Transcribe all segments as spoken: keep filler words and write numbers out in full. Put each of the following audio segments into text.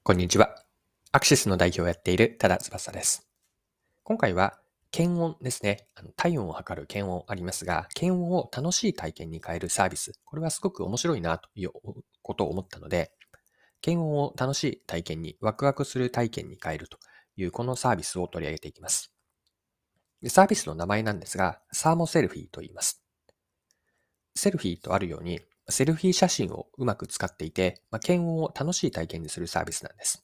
こんにちは。アクシスの代表をやっている多田翼です。今回は検温ですね。あの体温を測る検温ありますが、検温を楽しい体験に変えるサービス。これはすごく面白いなということを思ったので、検温を楽しい体験に、ワクワクする体験に変えるというこのサービスを取り上げていきます。でサービスの名前なんですが、サーモセルフィーと言います。セルフィーとあるように、セルフィー写真をうまく使っていて、まあ、検温を楽しい体験にするサービスなんです。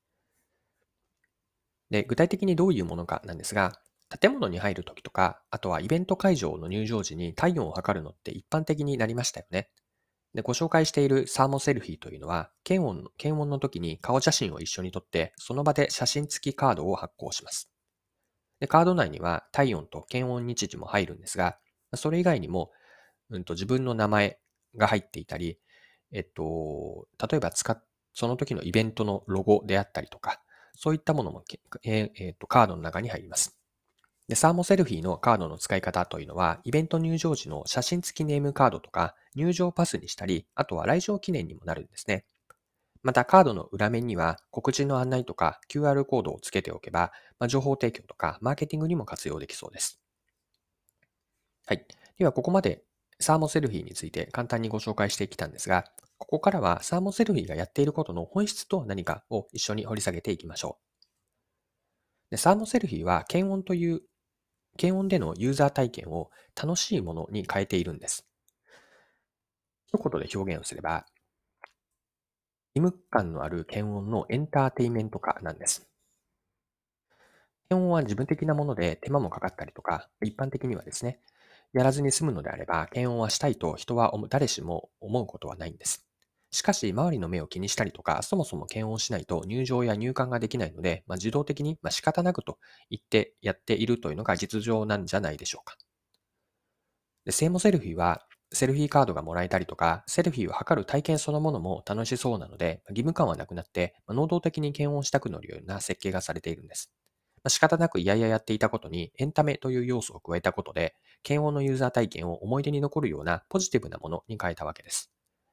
で、具体的にどういうものかなんですが、建物に入るときとか、あとはイベント会場の入場時に体温を測るのって一般的になりましたよね。で、ご紹介しているサーモセルフィーというのは、検温の、検温の時に顔写真を一緒に撮って、その場で写真付きカードを発行します。で、カード内には体温と検温日時も入るんですが、それ以外にも、うんと自分の名前が入っていたり、えっと、例えば使っ、その時のイベントのロゴであったりとか、そういったものもけ、えーえーとカードの中に入ります。で、サーモセルフィーのカードの使い方というのは、イベント入場時の写真付きネームカードとか、入場パスにしたり、あとは来場記念にもなるんですね。また、カードの裏面には、告知の案内とか キューアール コードをつけておけば、まあ、情報提供とか、マーケティングにも活用できそうです。はい。では、ここまでサーモセルフィーについて簡単にご紹介してきたんですが、ここからはサーモセルフィーがやっていることの本質とは何かを一緒に掘り下げていきましょう。でサーモセルフィーは検温という検温でのユーザー体験を楽しいものに変えているんです。一言で表現をすれば、義務感のある検温のエンターテインメント化なんです。検温は自分的なもので手間もかかったりとか、一般的にはですね、やらずに済むのであれば、検温はしたいと人は誰しも思うことはないんです。しかし、周りの目を気にしたりとか、そもそも検温しないと入場や入館ができないので、まあ、自動的に、まあ、仕方なくと言ってやっているというのが実情なんじゃないでしょうか。で、セーモセルフィーは、セルフィーカードがもらえたりとか、セルフィーを測る体験そのものも楽しそうなので、義務感はなくなって、能動的に検温したくなるような設計がされているんです。仕方なく嫌々やっていたことにエンタメという要素を加えたことで、検温のユーザー体験を思い出に残るようなポジティブなものに変えたわけです。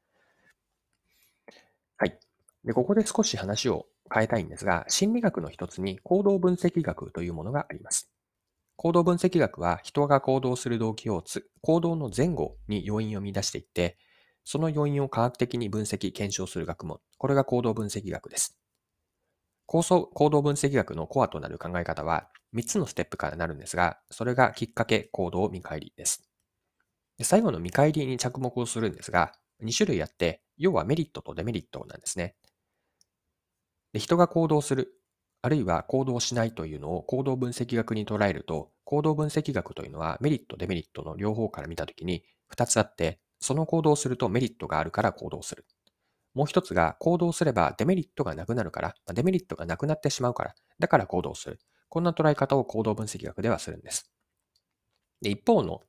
はい。で、ここで少し話を変えたいんですが、心理学の一つに行動分析学というものがあります。行動分析学は人が行動する動機をつ行動の前後に要因を見出していって、その要因を科学的に分析、検証する学問。これが行動分析学です。構想行動分析学のコアとなる考え方はみっつのステップからなるんですが、それがきっかけ、行動、見返りです。で最後の見返りに着目をするんですが、に種類あって、要はメリットとデメリットなんですね。で人が行動する、あるいは行動しないというのを行動分析学に捉えると、行動分析学というのはメリット、デメリットの両方から見たときにふたつあって、その行動をするとメリットがあるから行動する。もう一つが行動すればデメリットがなくなるから、デメリットがなくなってしまうから、だから行動する。こんな捉え方を行動分析学ではするんです。で一方の、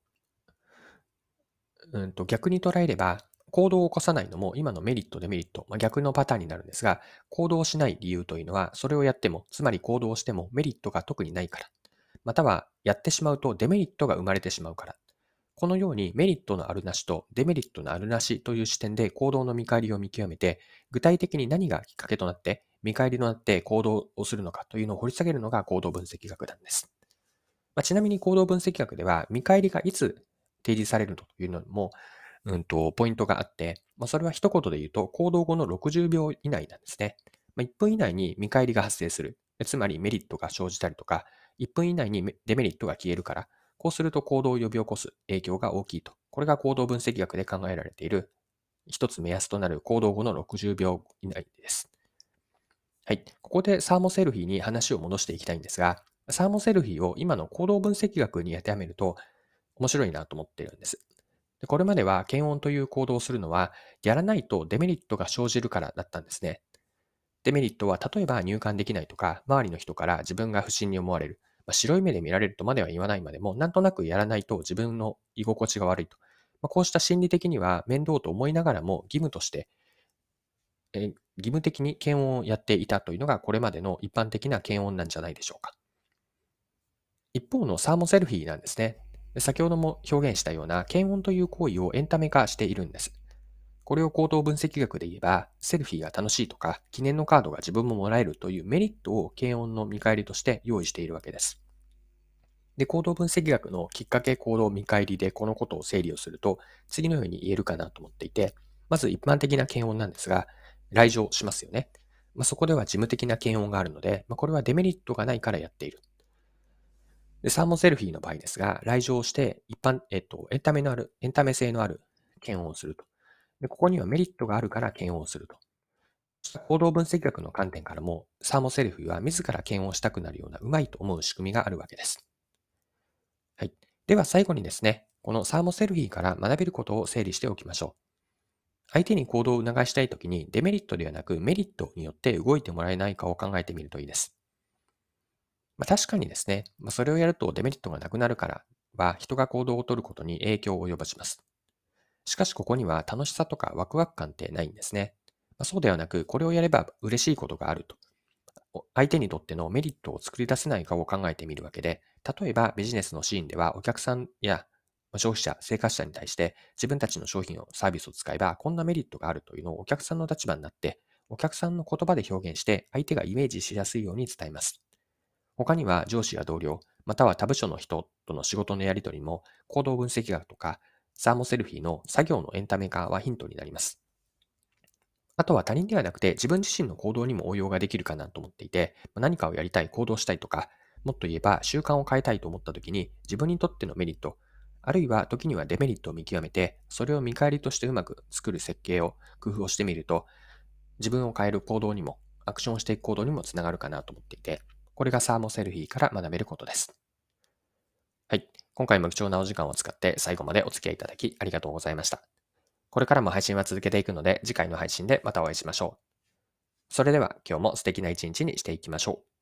うんと逆に捉えれば、行動を起こさないのも今のメリット、デメリット、まあ、逆のパターンになるんですが、行動しない理由というのは、それをやっても、つまり行動してもメリットが特にないから、またはやってしまうとデメリットが生まれてしまうから、このようにメリットのあるなしとデメリットのあるなしという視点で行動の見返りを見極めて、具体的に何がきっかけとなって見返りとなって行動をするのかというのを掘り下げるのが行動分析学なんです。まあ、ちなみに行動分析学では見返りがいつ提示されるというのも、うんと、ポイントがあって、まあ、それは一言で言うと行動後のろくじゅうびょう以内なんですね。まあ、いっぷん以内に見返りが発生する。つまりメリットが生じたりとか、いっぷん以内にデメリットが消えるから、こうすると行動を呼び起こす影響が大きいと。これが行動分析学で考えられている一つ目安となる行動後のろくじゅうびょう以内です。はい。ここでサーモセルフィーに話を戻していきたいんですが、サーモセルフィーを今の行動分析学に当てはめると面白いなと思っているんです。でこれまでは検温という行動をするのは、やらないとデメリットが生じるからだったんですね。デメリットは例えば入館できないとか、周りの人から自分が不審に思われる。まあ、白い目で見られるとまでは言わないまでも、なんとなくやらないと自分の居心地が悪いと。まあ、こうした心理的には面倒と思いながらも義務として、えー義務的に検温をやっていたというのがこれまでの一般的な検温なんじゃないでしょうか。一方のサーモセルフィーなんですね。先ほども表現したような検温という行為をエンタメ化しているんです。 これを行動分析学で言えば、セルフィーが楽しいとか、記念のカードが自分ももらえるというメリットを検温の見返りとして用意しているわけです。で、行動分析学のきっかけ行動見返りでこのことを整理をすると、次のように言えるかなと思っていて、まず一般的な検温なんですが、来場しますよね。まあ、そこでは事務的な検温があるので、まあ、これはデメリットがないからやっている。で、サーモンセルフィーの場合ですが、来場して一般、えっと、エンタメのある、エンタメ性のある検温をすると。で、ここにはメリットがあるから検温をすると。行動分析学の観点からも、サーモンセルフィーは自ら検温したくなるようなうまいと思う仕組みがあるわけです。はい。では最後にですね、このサーモセルフィーから学べることを整理しておきましょう。相手に行動を促したいときにデメリットではなくメリットによって動いてもらえないかを考えてみるといいです。まあ、確かにですね、まあ、それをやるとデメリットがなくなるからは人が行動を取ることに影響を及ぼします。しかしここには楽しさとかワクワク感ってないんですね。まあ、そうではなく、これをやれば嬉しいことがあると。相手にとってのメリットを作り出せないかを考えてみるわけで、例えばビジネスのシーンではお客さんや消費者、生活者に対して自分たちの商品をサービスを使えばこんなメリットがあるというのをお客さんの立場になって、お客さんの言葉で表現して相手がイメージしやすいように伝えます。他には上司や同僚、または他部署の人との仕事のやり取りも行動分析学とかサーモセルフィーの作業のエンタメ化はヒントになります。あとは他人ではなくて自分自身の行動にも応用ができるかなと思っていて、何かをやりたい、行動したいとか、もっと言えば習慣を変えたいと思った時に自分にとってのメリット、あるいは時にはデメリットを見極めて、それを見返りとしてうまく作る設計を、工夫をしてみると、自分を変える行動にも、アクションしていく行動にもつながるかなと思っていて、これがサーモセルフィーから学べることです。はい。今回も貴重なお時間を使って最後までお付き合いいただきありがとうございました。これからも配信は続けていくので、次回の配信でまたお会いしましょう。それでは今日も素敵な一日にしていきましょう。